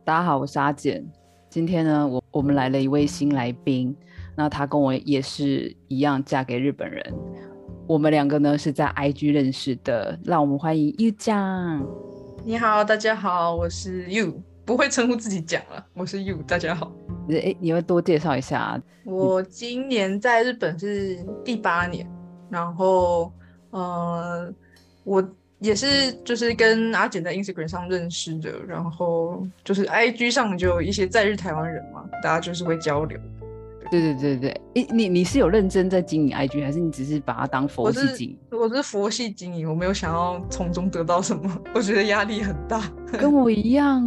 大家好，我是阿简。今天呢，我们来了一位新来宾，那她跟我也是一样嫁给日本人。我们两个呢是在 IG 认识的，让我们欢迎 Yu 酱。 你好，大家好，我是 You，不会称呼自己讲了，我是 You，大家好。 你要多介绍一下。 我今年在日本是第8年，然后我也是就是跟阿简在 Instagram 上认识的，然后就是 IG 上就有一些在日台湾人嘛，大家就是会交流。 对，你是有认真在经营 IG， 还是你只是把它当佛系经营？ 我是佛系经营，我没有想要从中得到什么，我觉得压力很大。 跟我一样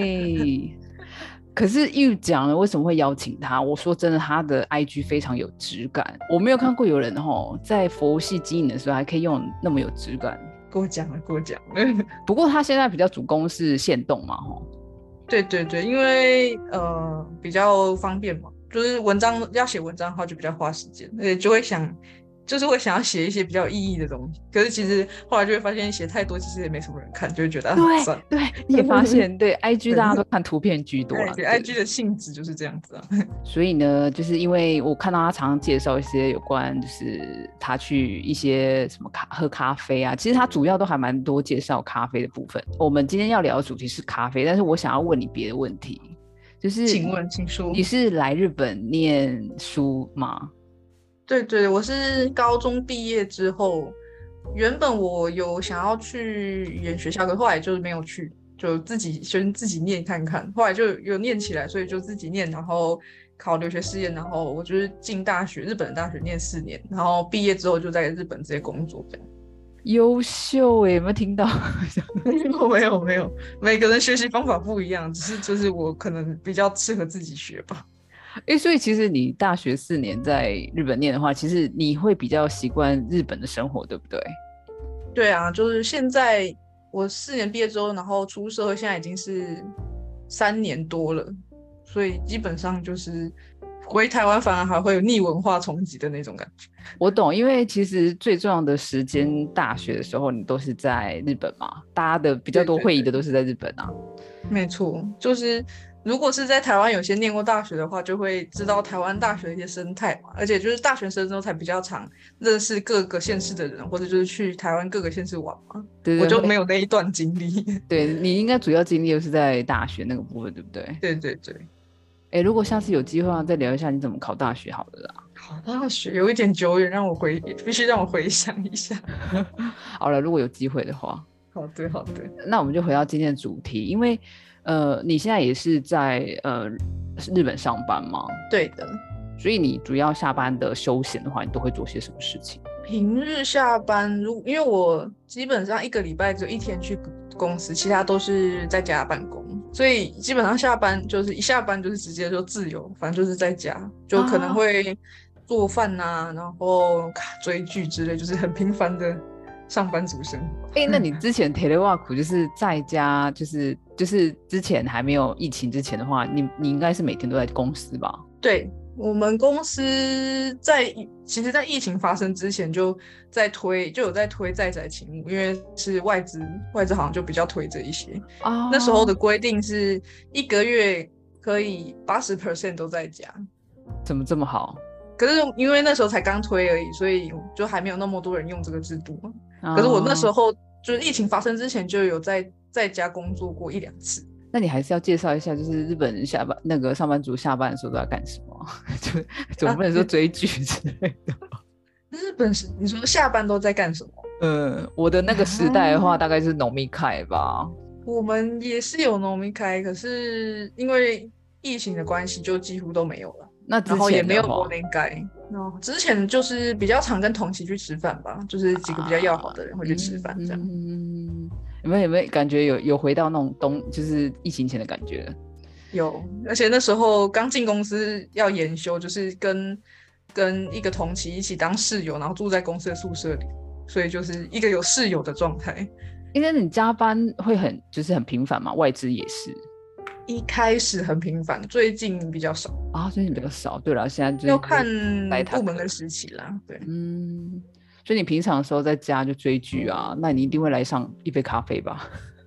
可是又讲了为什么会邀请他？我说真的，他的 IG 非常有质感，我没有看过有人在佛系经营的时候还可以用那么有质感。 跟我讲了。 不过他现在比较主攻是限动嘛对，因为比较方便嘛，就是要写文章的话就比较花时间，而且就是会想要写一些比较有意义的东西。可是其实后来就会发现写太多其实也没什么人看，就会觉得算了。 对，你也发现对 IG 大家都看图片居多啦。 对 IG 的性质就是这样子啊。 所以呢，就是因为我看到他常常介绍一些有关，就是他去一些什么喝咖啡啊，其实他主要都还蛮多介绍咖啡的部分。我们今天要聊的主题是咖啡，但是我想要问你别的问题，就是请说。 你是来日本念书吗？ 对，我是高中毕业之后，原本我有想要去语言学校，可后来就是没有去，就先自己念看看，后来就有念起来，所以就自己念，然后考留学试验，然后我就是进日本的大学念4年，然后毕业之后就在日本直接工作这样。 优秀有没有听到？ 没有，每个人学习方法不一样，只是就是我可能比较适合自己学吧。 所以其实你大学4年在日本念的话，其实你会比较习惯日本的生活，对不对？ 对啊，就是现在我4年毕业之后，然后出社会，现在已经是3年多了，所以基本上就是回台湾反而还会有逆文化冲击的那种感觉。 我懂，因为其实最重要的时间，大学的时候你都是在日本嘛，大家的比较多会议的都是在日本啊。 没错，就是如果是在台湾有些念过大学的话，就会知道台湾大学的一些生态嘛，而且就是大学生之后才比较常认识各个县市的人，或者就是去台湾各个县市玩嘛。 对， 我就没有那一段经历。 对，你应该主要经历就是在大学那个部分，对不对？ 对。 如果下次有机会再聊一下你怎么考大学好了啦。 考大学有一点久远，必须让我回想一下。 好了，如果有机会的话。 好的。 那我们就回到今天的主题，因为你现在也是在日本上班吗？ 对的。 所以你主要下班的休闲的话，你都会做些什么事情？ 平日下班，因为我基本上1个礼拜只有1天去公司，其他都是在家办公，所以基本上一下班就是直接就自由，反正就是在家，就可能会做饭啊，然后追剧之类，就是很平凡的上班族生活。 那你之前 telework 就是在家，就是之前还没有疫情之前的话，你应该是每天都在公司吧？ 对，我们公司其实在疫情发生之前就有在推在宅勤务，因为是外资好像就比较推这一些。那时候的规定是1个月可以80% 都在家。 怎么这么好？ 可是因为那时候才刚推而已，所以就还没有那么多人用这个制度。可是我那时候就是疫情发生之前就有在家工作过1-2次。 那你还是要介绍一下，就是日本人上班族下班的时候都在干什么？就总不能说追剧之类的。 日本你说下班都在干什么？ 我的那个时代的话，大概是农民开吧。 我们也是有农民开，可是因为疫情的关系，就几乎都没有了。 那之前然后也没有农民开。之前就是比较常跟同期去吃饭吧，就是几个比较要好的人会去吃饭这样。 有没有感觉有回到那种就是疫情前的感觉？ 有，而且那时候刚进公司要研修，就是跟一个同期一起当室友，然后住在公司的宿舍里，所以就是一个有室友的状态。 因为你加班会很频繁嘛，外资也是。 一开始很频繁，最近比较少啊，最近比较少。对了，现在就是要看部门跟时期啦。对， 所以你平常的时候在家就追剧啊，那你一定会来上一杯咖啡吧？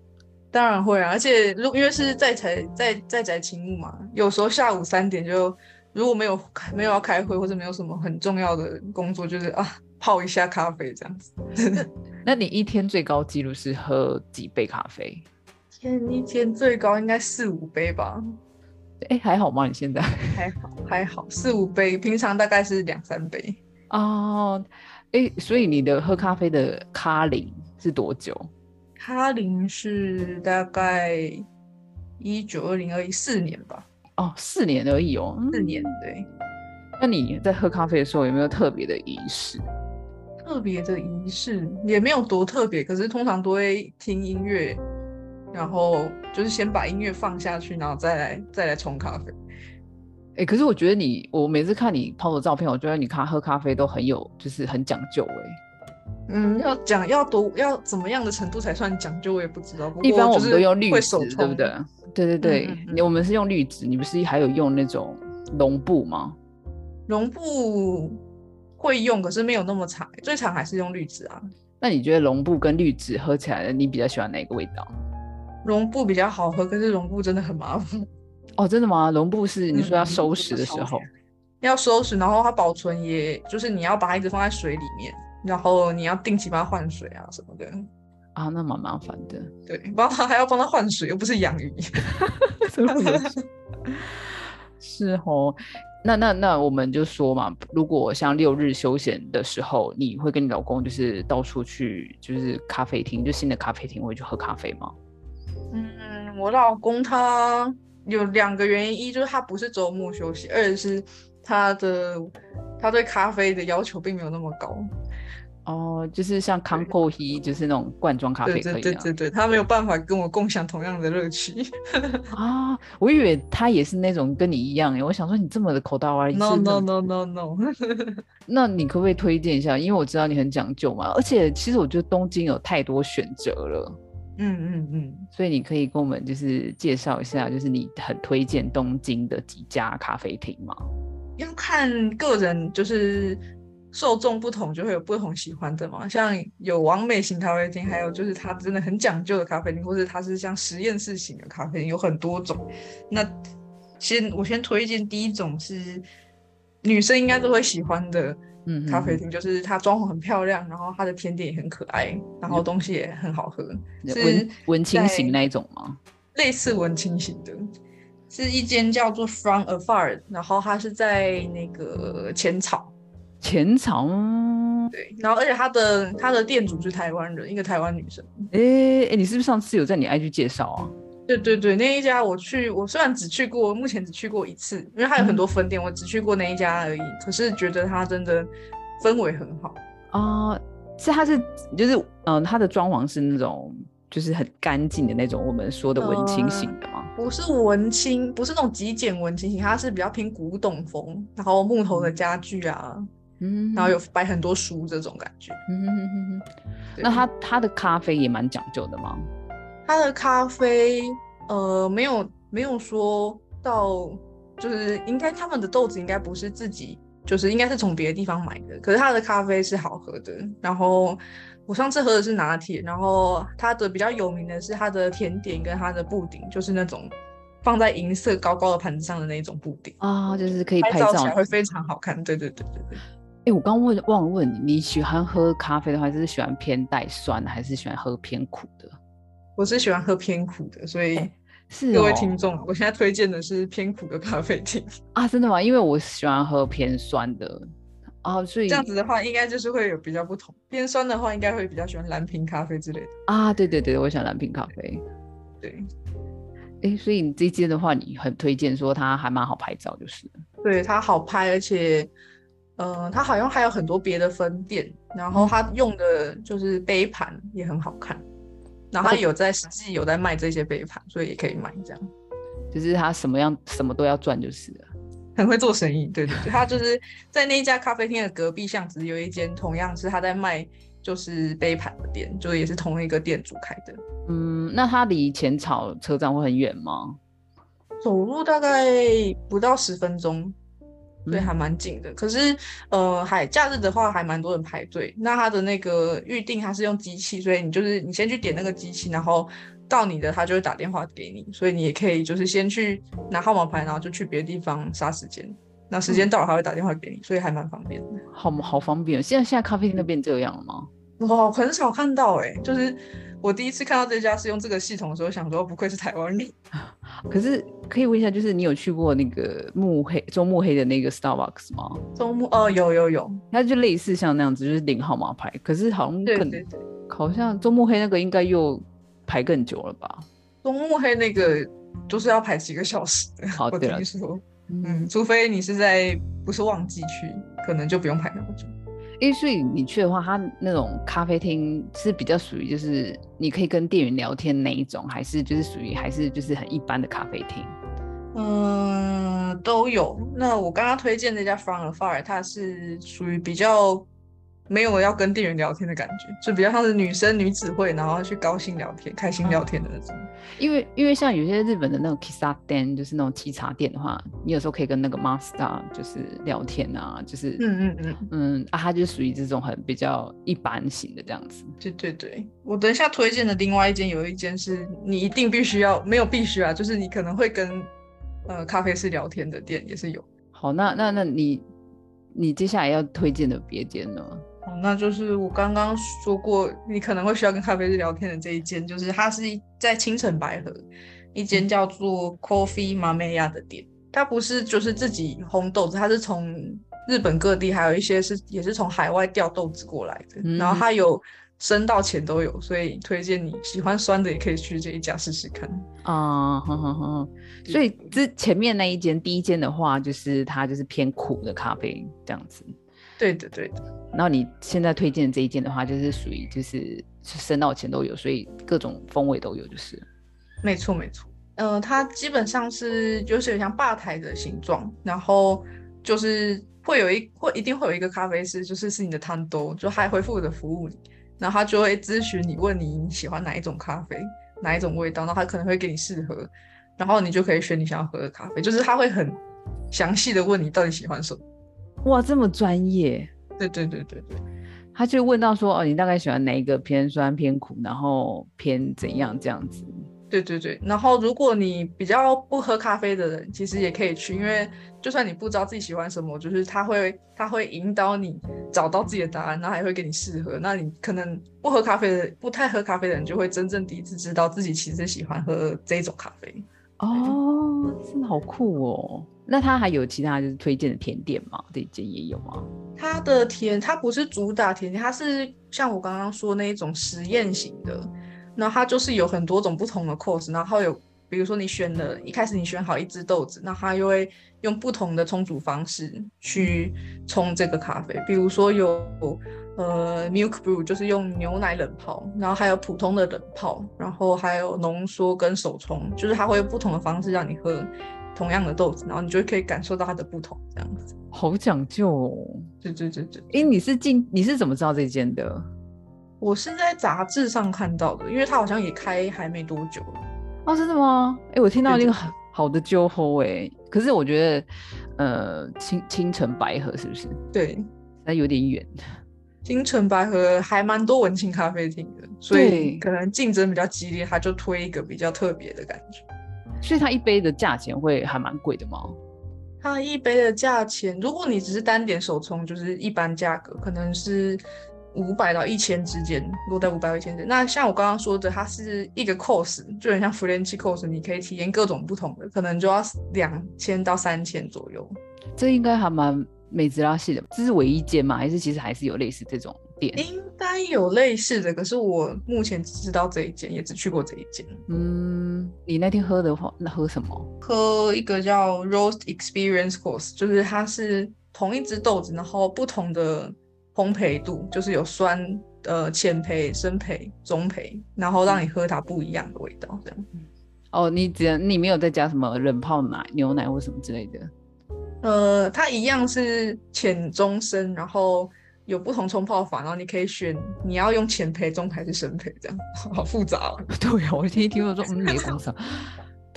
当然会啊，而且因为是在宅勤务嘛，有时候下午3点就如果没有要开会或者没有什么很重要的工作，就是泡一下咖啡这样子。 那你一天最高纪录是喝几杯咖啡？ 一天最高应该4-5杯吧。 还好吗？你现在还好4-5杯，平常大概是2-3杯。 哦，所以你的喝咖啡的咖龄是多久？ 咖龄是大概1920-2014年吧。 哦，4年而已哦。 4年，对。 那你在喝咖啡的时候有没有特别的仪式？ 特别的仪式也没有多特别，可是通常都会听音乐，然后就是先把音乐放下去，然后再来冲咖啡。 可是我觉得我每次看你泡的照片，我觉得你喝咖啡都就是很讲究要怎么样的程度才算讲究，我也不知道。不过一般我们都用滤纸， 对不对？对对对，我们是用滤纸，你不是还有用那种绒布吗？ 绒布会用，可是没有那么长，最长还是用滤纸啊。 那你觉得绒布跟滤纸喝起来，你比较喜欢哪个味道？ 绒布比较好喝，可是绒布真的很麻烦。 哦，真的吗？绒布是你说要收拾的时候， 要收拾，然后它保存也就是你要把它一直放在水里面，然后你要定期帮它换水啊什么的。 啊，那蛮麻烦的。 对，还要帮它换水，又不是养鱼。 是哦，那我们就说嘛，如果像6日休闲的时候，你会跟你老公就是到处去，就是咖啡厅，就新的咖啡厅会去喝咖啡吗？ 我老公他有2个原因，一就是他不是周末休息，二是他对咖啡的要求并没有那么高。 哦，就是像康扣希，就是那种罐装咖啡可以对，他没有办法跟我共享同样的乐趣。 啊，我以为他也是那种跟你一样，我想说你这么的口大啊。 No。 那你可不可以推荐一下？因为我知道你很讲究嘛，而且其实我觉得东京有太多选择了。所以你可以跟我们就是介绍一下，就是你很推荐东京的几家咖啡厅吗？ 要看个人，就是受众不同就会有不同喜欢的嘛。像有完美型咖啡厅，还有就是它真的很讲究的咖啡厅，或者它是像实验室型的咖啡厅，有很多种。那我先推荐第一种是女生应该都会喜欢的咖啡厅，就是它装潢很漂亮，然后它的甜点也很可爱，然后东西也很好喝。是文青型那一种吗？ 类似文青型的，是一间叫做 From Afar， 然后它是在那个浅草。对，然后而且它的店主是台湾人，一个台湾女生。 你是不是上次有在你 IG 介绍啊？ 对，那一家我虽然目前只去过一次，因为它有很多分店，我只去过那一家而已。可是觉得它真的氛围很好啊。它的装潢是那种就是很干净的那种，我们说的文青型的吗？ 不是文青，不是那种极简文青型，它是比较偏古董风，然后木头的家具啊，然后有摆很多书这种感觉。 那它的咖啡也蛮讲究的吗？ 它的咖啡没有说到，就是应该他们的豆子应该不是自己，就是应该是从别的地方买的，可是它的咖啡是好喝的。然后我上次喝的是拿铁，然后它的比较有名的是它的甜点跟它的布丁，就是那种放在银色高高的盘子上的那种布丁啊，就是可以拍照起来会非常好看。对。 我刚忘了问你，你喜欢喝咖啡的话，是喜欢偏带酸的，还是喜欢喝偏苦的？ 我是喜欢喝偏苦的，所以各位听众，我现在推荐的是偏苦的咖啡厅啊。真的吗？因为我喜欢喝偏酸的啊，所以这样子的话，应该就是会有比较不同。偏酸的话，应该会比较喜欢蓝瓶咖啡之类的啊。对，我喜欢蓝瓶咖啡。对，所以你这间的话，你很推荐说它还蛮好拍照，就是对，它好拍，而且它好像还有很多别的分店，然后它用的就是杯盘也很好看，然后它实际有在卖这些杯盘，所以也可以买这样。 就是它什么都要赚就是了， 很会做生意。对，他就是在那一家咖啡厅的隔壁巷子有一间同样是他在卖就是杯盘的店，就也是同一个店主开的。 那它离浅草车站会很远吗？ 走路大概不到10分钟，对，还蛮近的。可是假日的话还蛮多人排队。那他的那个预定他是用机器，所以你先去点那个机器，然后到你的他就会打电话给你，所以你也可以就是先去拿号码牌，然后就去别的地方杀时间。那时间到了他会打电话给你，所以还蛮方便的。 好方便。现在咖啡厅那边这样了吗？ 哇，很少看到就是我第一次看到这家是用这个系统的时候，想说不愧是台湾人。 可是可以问一下，就是你有去过那个周末黑的那个 Starbucks 吗？ 周末有， 它就类似像那样子，就是领号码牌，可是好像对， 好像周末黑那个应该又排更久了吧？ 周末黑那个就是要排几个小时的，我对了， 听说。除非你是不是旺季去，可能就不用排那么久。 所以你去的话，它那种咖啡厅是比较属于就是你可以跟店员聊天那一种，还是就是属于还是就是很一般的咖啡厅？ 都有。那我刚刚推荐那家 From Afar， 它是属于比较没有要跟店员聊天的感觉，就比较像是女子会，然后去高兴聊天、开心聊天的那种。 因为像有些日本的那种 Kissa 店，就是那种沏茶店的话，你有时候可以跟那个 Master 就是聊天啊，就是他就属于这种很比较一般型的这样子。 对，我等一下推荐的另外一间有一间是你一定必须要，没有必须啊，就是你可能会跟咖啡师聊天的店也是有。 好，那你接下来要推荐的别间呢？ 那就是我刚刚说过你可能会需要跟咖啡师聊天的这一间，就是它是在青城白河一间叫做 Coffee Mameya 的店。它不是就是自己烘豆子，它是从日本各地还有一些也是从海外调豆子过来的，然后它有深到浅都有，所以推荐你喜欢酸的也可以去这一家试试看。 所以前面那一间第一间的话，就是它就是偏苦的咖啡这样子。 对的。 然后你现在推荐的这一间的话，就是属于就是深到浅都有，所以各种风味都有，就是。 没错。它基本上是就是有像吧台的形状，然后就是一定会有一个咖啡师，就是你的摊兜，就还会负责服务你，然后他就会咨询你，问你喜欢哪一种咖啡，哪一种味道，然后他可能会给你试喝，然后你就可以选你想要喝的咖啡，就是他会很详细的问你到底喜欢什么。 哇，这么专业。 对， 他就问到说你大概喜欢哪一个偏酸偏苦，然后偏怎样这样子。 对，然后如果你比较不喝咖啡的人，其实也可以去，因为就算你不知道自己喜欢什么，就是他会引导你找到自己的答案，然后还会给你试喝。那你可能不太喝咖啡的人，就会真正第一次知道自己其实喜欢喝这种咖啡。 真的好酷哦。那他还有其他就是推荐的甜点吗？这一间也有吗？ 它不是主打甜点，它是像我刚刚说那一种实验型的，然后它就是有很多种不同的 course， 然后比如说一开始你选好一支豆子，那它又会用不同的冲煮方式去冲这个咖啡，比如说有milk brew 就是用牛奶冷泡，然后还有普通的冷泡，然后还有浓缩跟手冲，就是它会有不同的方式让你喝同样的豆子，然后你就可以感受到它的不同，这样子。 好讲究哦。 对。 你是怎么知道这间的？ 我是在杂志上看到的，因为它好像也开还没多久了。 真的吗？我听到那个好的揪吼可是我觉得青城白河是不是？ 对， 那有点远。 青城白河还蛮多文青咖啡厅的，所以可能竞争比较激烈，它就推一个比较特别的感觉。 所以它一杯的价钱会还蛮贵的吗？ 它一杯的价钱，如果你只是单点手冲，就是一般价格，可能是500到1000之间，落在500到1000之间。那像我刚刚说的，它是一个 course， 就很像 French course， 你可以体验各种不同的，可能就要2000到3000左右。 这应该还蛮美滋拉系的，这是唯一间吗？还是其实还是有类似这种店？ 应该有类似的，可是我目前只知道这一间，也只去过这一间。 你那天喝的话，那喝什么？ 喝一个叫 Roast Experience Course， 就是它是同一只豆子，然后不同的烘焙度，就是有酸、浅焙、深焙、中焙，然后让你喝它不一样的味道，这样。 你没有再加什么冷泡牛奶或什么之类的？ 它一样是浅中深，然后有不同冲泡法，然后你可以选你要用浅焙、中焙还是深焙，这样好复杂哦。 对啊，我听我说没工厂。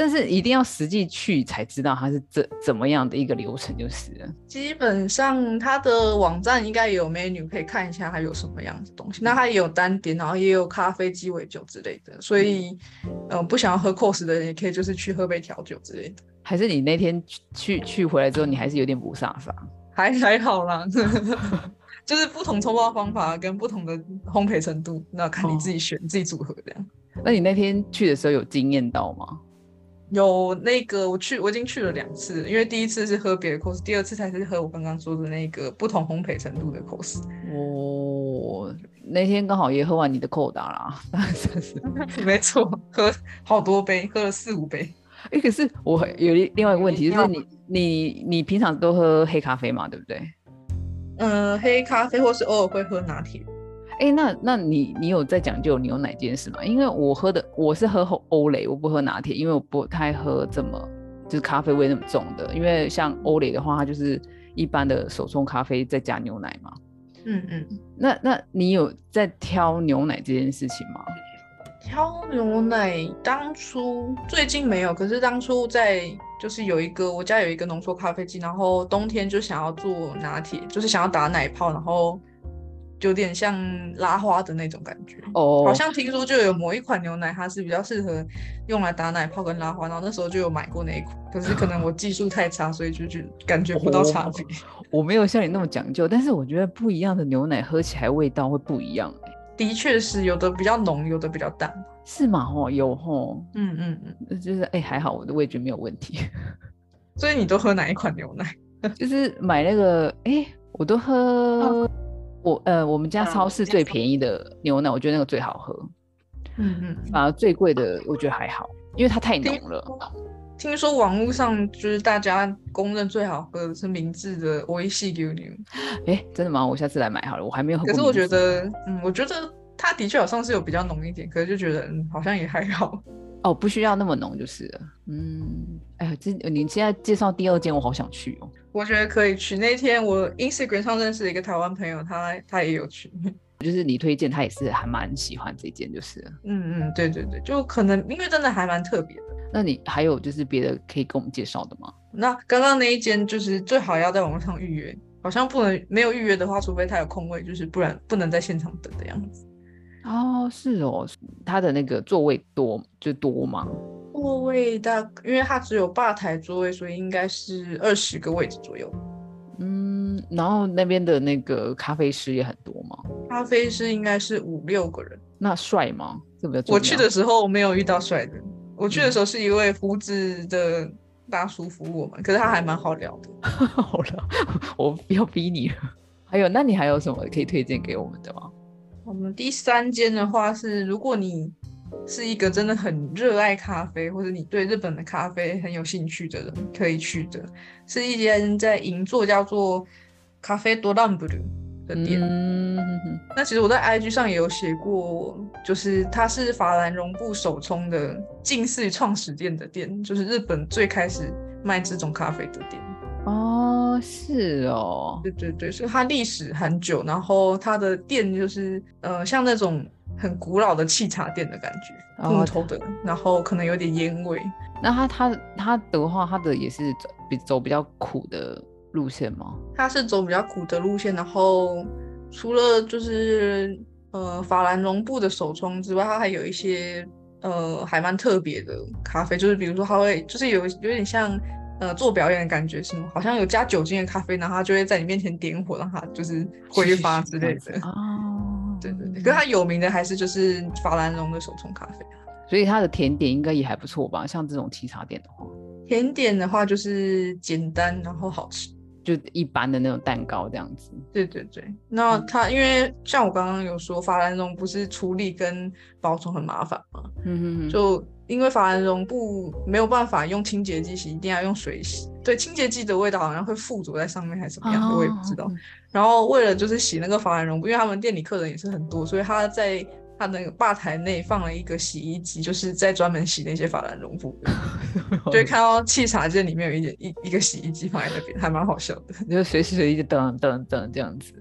但是一定要实际去才知道它是怎么样的一个流程就是了。 基本上它的网站应该也有 menu 可以看一下它有什么样的东西，那它也有单点，然后也有咖啡鸡尾酒之类的，所以不想要喝 course 的人也可以就是去喝杯调酒之类的。 还是你那天去回来之后你还是有点不飒飒？ 还好啦就是不同冲泡方法跟不同的烘焙程度，那看你自己选、自己组合这样。 那你那天去的时候有惊艳到吗？ 有那个我已经去了2次，因为第一次是喝别的 course， 第2次才是喝我刚刚说的那个不同烘焙程度的 course。 我那天刚好也喝完你的扣打啦， 没错，喝好多杯，喝了4-5杯。 可是我有另外一个问题，就是你平常都喝黑咖啡嘛，对不对？ 黑咖啡或是偶尔会喝拿铁。 那你有在讲究牛奶这件事吗？因为我是喝欧蕾，我不喝拿铁，因为我不太喝这么就是咖啡味那么重的。因为像欧蕾的话，它就是一般的手冲咖啡再加牛奶嘛。那你有在挑牛奶这件事情吗？ 挑牛奶最近没有，可是当初就是我家有一个浓缩咖啡机，然后冬天就想要做拿铁，就是想要打奶泡，然后有点像拉花的那种感觉。好像听说就有某一款牛奶它是比较适合用来打奶泡跟拉花，然后那时候就有买过那一款，可是可能我技术太差，所以就感觉不到差别。 我没有像你那么讲究，但是我觉得不一样的牛奶喝起来味道会不一样。 的确是有的比较浓，有的比较淡。 是吗？有齁。就是还好我的味觉没有问题。 所以你都喝哪一款牛奶？ 就是买那个我都喝我们家超市最便宜的牛奶，我觉得那个最好喝。反而最贵的我觉得还好，因为它太浓了。 听说网络上就是大家公认最好喝的是明治的美味しい牛乳。 真的吗？我下次来买好了，我还没有喝过。 可是我觉得它的确好像是有比较浓一点，可是就觉得好像也还好。 不需要那么浓就是了。你现在介绍第2间，我好想去哦。 我觉得可以去。那天我 Instagram 上认识的一个台湾朋友，他也有去。 就是你推荐，他也是还蛮喜欢这间就是了。 对对对，就可能因为真的还蛮特别的。 那你还有就是别的可以跟我们介绍的吗？ 那刚刚那一间就是最好要在网络上预约，好像没有预约的话，除非他有空位，就是不然不能在现场等的样子。 是哦，他的那个座位多吗？ 座位因为它只有吧台座位，所以应该是20个位置左右。 然后那边的那个咖啡师也很多吗？ 咖啡师应该是5-6个人。 那帅吗？这比较重要。 我去的时候没有遇到帅的，我去的时候是一位胡子的大叔服务我们，可是他还蛮好聊的。 好了，我不要逼你了。那你还有什么可以推荐给我们的吗？ 我们第3间的话是，如果你是一个真的很热爱咖啡，或者你对日本的咖啡很有兴趣的人可以去的，是一间在银座叫做咖啡多兰布鲁的店。那其实我在 IG 上也有写过，就是它是法兰绒布手冲的近似创始店的店，就是日本最开始卖这种咖啡的店。 是哦。 对对对，所以它历史很久，然后它的店就是像那种很古老的沏茶店的感觉，木头的，然后可能有点烟味。 那它的话，它的也是走比较苦的路线吗？ 它是走比较苦的路线，然后除了就是法兰绒布的手冲之外，它还有一些还蛮特别的咖啡，就是比如说它会就是有点像做表演的感觉，是吗？好像有加酒精的咖啡，然后它就会在你面前点火，让它就是挥发之类的。对对对，可是它有名的还是就是法兰绒的手冲咖啡。 所以它的甜点应该也还不错吧？像这种沏茶店的话， 甜点的话就是简单然后好吃， 就一般的那种蛋糕这样子。 对对对，那它因为像我刚刚有说，法兰绒不是处理跟包装很麻烦吗？就因为法兰绒布没有办法用清洁剂洗，一定要用水洗。对，清洁剂的味道好像会附着在上面还是怎么样的，我也不知道。然后为了就是洗那个法兰绒布，因为他们店里客人也是很多，所以他在他那个吧台内放了一个洗衣机，就是在专门洗那些法兰绒布的。就会看到沏茶间里面有一个洗衣机放在那边，还蛮好笑的。 就随时随地就噔噔噔这样子。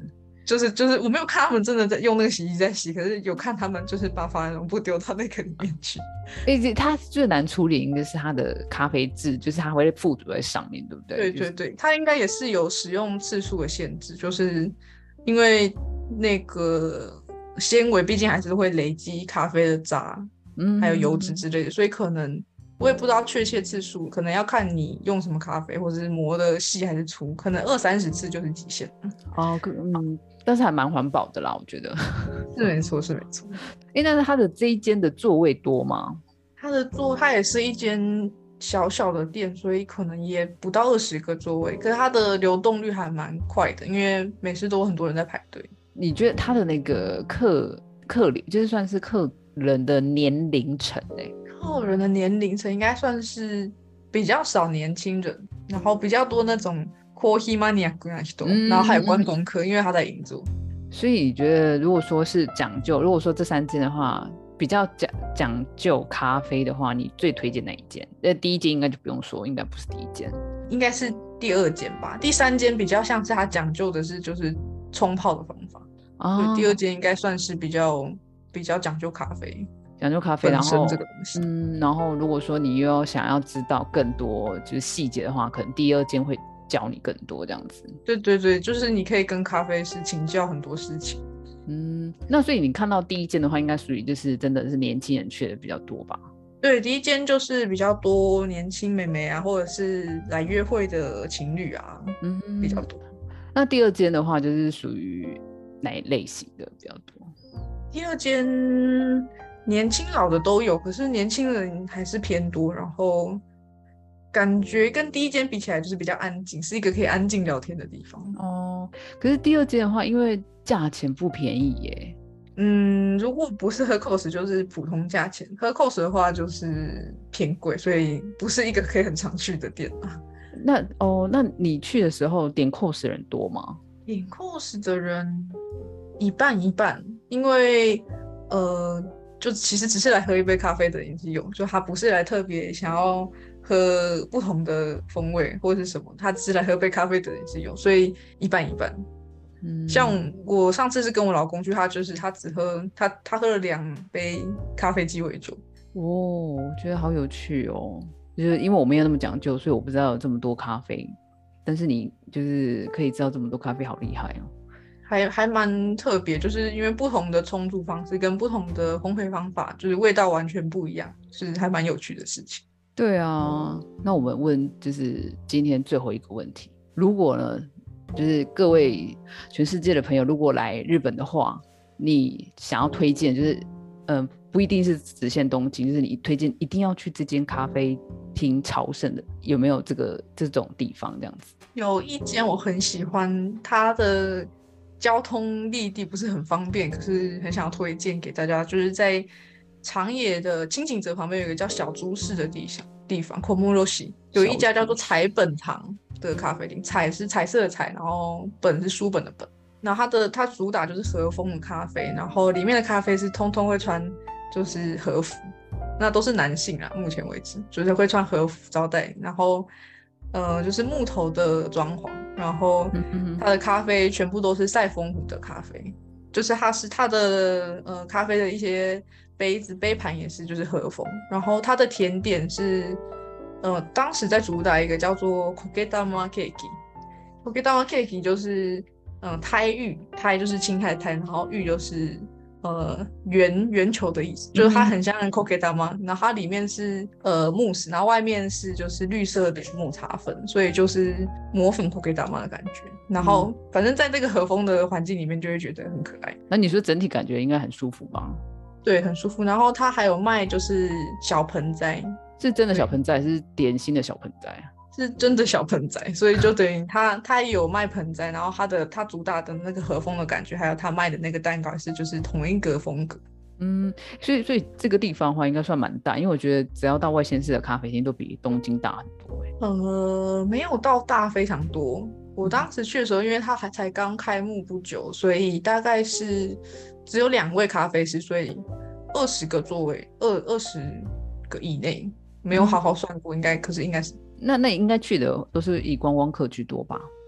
就是我没有看他们真的在用那个洗衣机在洗，可是有看他们就是把珐琅绒布丢到那个里面去。 它最难处理应该是它的咖啡渍，就是它会附着在上面，对不对？ 对对对，它应该也是有使用次数的限制，就是因为那个纤维毕竟还是会累积咖啡的渣，还有油脂之类的，所以可能我也不知道确切次数，可能要看你用什么咖啡，或者是磨的细还是粗，可能20-30次就是极限。 但是还蛮环保的啦，我觉得。 是没错，是没错。 但是它的这一间的座位多吗？ 它也是一间小小的店，所以可能也不到20个座位，可是它的流动率还蛮快的，因为每次都很多人在排队。 你觉得它的那个客龄，就是算是客人的年龄层客人的年龄层应该算是比较少年轻人，然后比较多那种coffee mania 那些多，然后还有观光客，因为他在银座。 所以你觉得，如果说是讲究，如果说这3间的话，比较讲究咖啡的话，你最推荐哪一间？第一间应该就不用说，应该不是第一间， 应该是第2间吧。第3间比较像是他讲究的是就是冲泡的方法，所以第2间应该算是比较讲究咖啡。 讲究咖啡，然后这个东西， 然后如果说你又想要知道更多就是细节的话，可能第2间会教你更多这样子。 对对对，就是你可以跟咖啡师请教很多事情。 那所以你看到第1间的话，应该属于就是真的是年轻人去的比较多吧？ 对，第1间就是比较多年轻妹妹啊，或者是来约会的情侣啊，比较多。 那第2间的话，就是属于哪一类型的比较多？ 第2间年轻老的都有，可是年轻人还是偏多，然后感觉跟第1间比起来就是比较安静，是一个可以安静聊天的地方。 可是第2间的话，因为价钱不便宜耶。 如果不是喝 cos 就是普通价钱，喝 cos 的话就是偏贵，所以不是一个可以很常去的店啊。 那你去的时候点 cos 的人多吗？ 点 cos 的人一半一半，因为就其实只是来喝一杯咖啡的人也是有，就他不是来特别想要喝不同的风味或者是什么，他只是来喝杯咖啡的人也是有，所以一半一半。像我上次是跟我老公去，他只喝他喝了2杯咖啡鸡尾酒。 我觉得好有趣哦，就是因为我没有那么讲究，所以我不知道有这么多咖啡，但是你就是可以知道这么多咖啡，好厉害哦。 还蛮特别，就是因为不同的冲煮方式跟不同的烘焙方法，就是味道完全不一样，是还蛮有趣的事情。 对啊，那我们问就是今天最后一个问题，如果呢，就是各位全世界的朋友，如果来日本的话，你想要推荐就是不一定是只限东京，就是你推荐一定要去这间咖啡厅朝圣的，有没有这种地方这样子？ 有一间我很喜欢，它的交通立地不是很方便，可是很想要推荐给大家，就是在长野的清景泽旁边有一个叫小猪市的地方 Komuroshi 有一家叫做彩本堂的咖啡厅，彩是彩色的彩，然后本是书本的本。然后它主打就是和风的咖啡，然后里面的咖啡是通通会穿就是和服，那都是男性啊，目前为止就是会穿和服招待，然后就是木头的装潢，然后它的咖啡全部都是赛风壶的咖啡，就是它的咖啡的一些杯子杯盘也是就是和风，然后它的甜点是当时在主打一个叫做 Kokedama Cake，Kokedama Cake 就是胎玉，胎就是青苔的胎，然后玉就是圆球的意思，就是它很像 Kokedama，然后它里面是慕斯，然后外面是就是绿色的抹茶粉，所以就是磨粉 Kokedama 的感觉，然后反正在这个和风的环境里面就会觉得很可爱。 那你说整体感觉应该很舒服吧？ 对，很舒服。然后它还有卖就是小盆栽， 是真的小盆栽还是点心的小盆栽啊？ 是真的小盆栽，所以就等于它也有卖盆栽，然后它主打的那个和风的感觉，还有它卖的那个蛋糕是就是同一个风格。 所以这个地方的话应该算蛮大，因为我觉得只要到外县市的咖啡厅都比东京大很多没有到大非常多。我当时去的时候，因为它才刚开幕不久，所以大概是只有2位咖啡师，所以20个座位，20个以内，没有好好算过，可是应该是。 那你应该去的都是以观光客居多吧？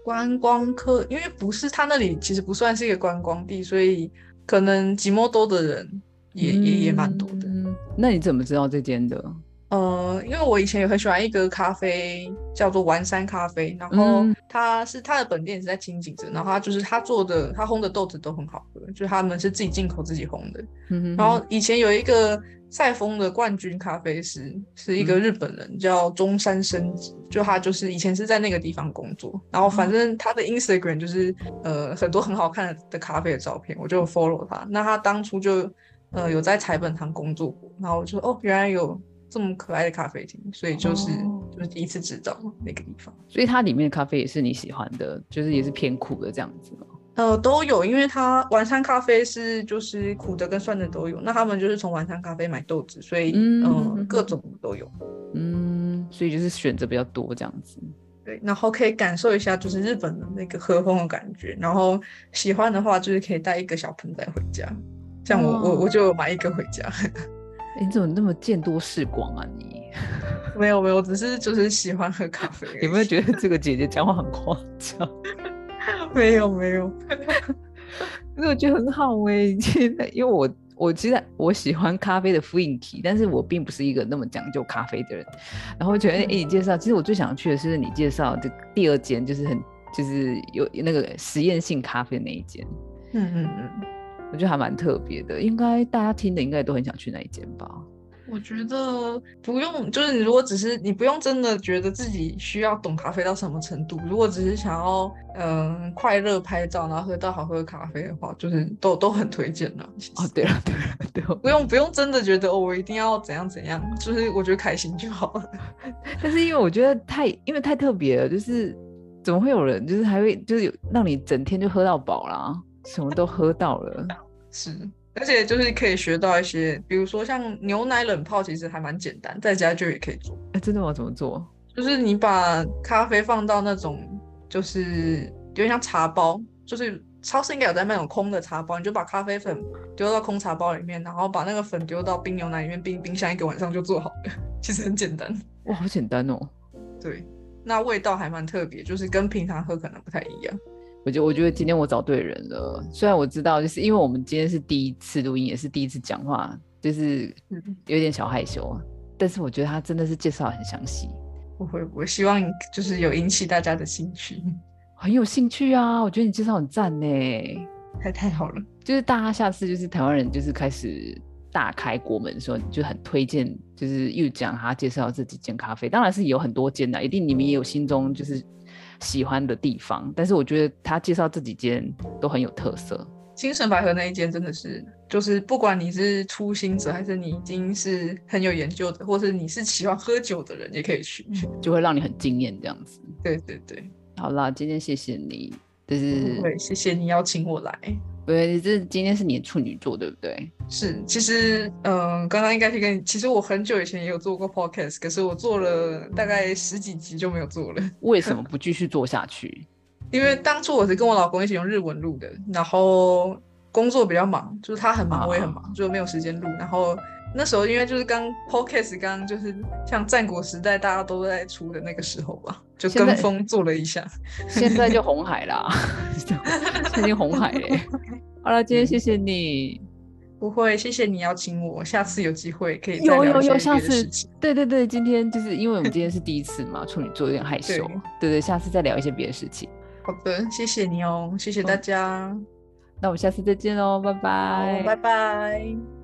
观光客，因为不是他那里其实不算是一个观光地，所以可能吉摩多的人也蛮多的。 那你怎么知道这间的？ 因为我以前也很喜欢一个咖啡，叫做丸山咖啡，然后它的本店是在清景泽，然后他做的他烘的豆子都很好喝，就是他们是自己进口自己烘的。然后以前有一个赛丰的冠军咖啡师是一个日本人，叫中山伸直，就他就是以前是在那个地方工作，然后反正他的 Instagram 就是很多很好看的咖啡的照片，我就 follow 他。那他当初就有在柴本堂工作过，然后我就原来有这么可爱的咖啡厅，所以就是第一次知道那个地方。 所以它里面的咖啡也是你喜欢的，就是也是偏苦的这样子吗？ 都有，因为它晚餐咖啡是就是苦的跟酸的都有，那他们就是从晚餐咖啡买豆子，所以各种都有。 所以就是选择比较多这样子。 对，然后可以感受一下就是日本的那个和风的感觉，然后喜欢的话就是可以带一个小盆栽回家，像我就买一个回家。 你怎么那么见多识广啊你？ 没有，只是就是喜欢喝咖啡。 有没有觉得这个姐姐讲话很夸张？ 没有， 可是我觉得很好因为我其实我喜欢咖啡的雰囲気，但是我并不是一个那么讲究咖啡的人。然后我觉得你介绍，其实我最想去的是你介绍的第二间，就是有那个实验性咖啡那一间。我觉得还蛮特别的，应该大家听的应该都很想去那一间吧。 我觉得不用，就是你如果只是你不用真的觉得自己需要懂咖啡到什么程度，如果只是想要快乐拍照，然后喝到好喝的咖啡的话，就是都很推荐啦。 对了， 不用真的觉得我一定要怎样，就是我觉得开心就好了。 但是因为我觉得因为太特别了，就是怎么会有人就是还会就是让你整天就喝到饱啦，什么都喝到了。 是。而且就是可以学到一些，比如说像牛奶冷泡，其实还蛮简单，在家就也可以做。 真的吗？怎么做？ 就是你把咖啡放到那种，就是有点像茶包，就是超市应该有在那种空的茶包，你就把咖啡粉丢到空茶包里面，然后把那个粉丢到冰牛奶里面冰箱一个晚上就做好了。其实很简单。 哇，好简单哦。 对，那味道还蛮特别，就是跟平常喝可能不太一样。 我觉得今天我找对人了，虽然我知道就是因为我们今天是第一次录音，也是第一次讲话，就是有点小害羞，但是我觉得他真的是介绍很详细。 我希望就是有引起大家的兴趣。 很有兴趣啊，我觉得你介绍很赞呢。 太好了， 就是大家下次就是台湾人就是开始大开国门的时候，你就很推荐就是又讲他介绍这几间咖啡，当然是有很多间的，一定你们也有心中就是喜欢的地方，但是我觉得他介绍这几间都很有特色。 精神百合那一间真的是，就是不管你是初心者，还是你已经是很有研究的，或是你是喜欢喝酒的人，也可以去， 就会让你很惊艳这样子。 对， 好啦，今天谢谢你，就是对，谢谢你邀请我来。 对，今天是你的处女座对不对？ 是，其实刚刚应该去跟你，其实我很久以前也有做过 podcast， 可是我做了大概10几集就没有做了。 为什么不继续做下去？ 因为当初我是跟我老公一起用日文录的，然后工作比较忙，就是他很忙，我也很忙，就没有时间录。然后那时候因为就是podcast 刚就是像战国时代大家都在出的那个时候吧，就跟风做了一下。 现在就红海啦，现在红海嘞。好了，今天谢谢你。 不会，谢谢你邀请我，下次有机会可以再聊一些别的事情。 对，今天就是因为我们今天是第一次嘛，处女座有点害羞。对，下次再聊一些别的事情。 好的，谢谢你哦，谢谢大家。 那我们下次再见喽，拜拜。 好，拜拜。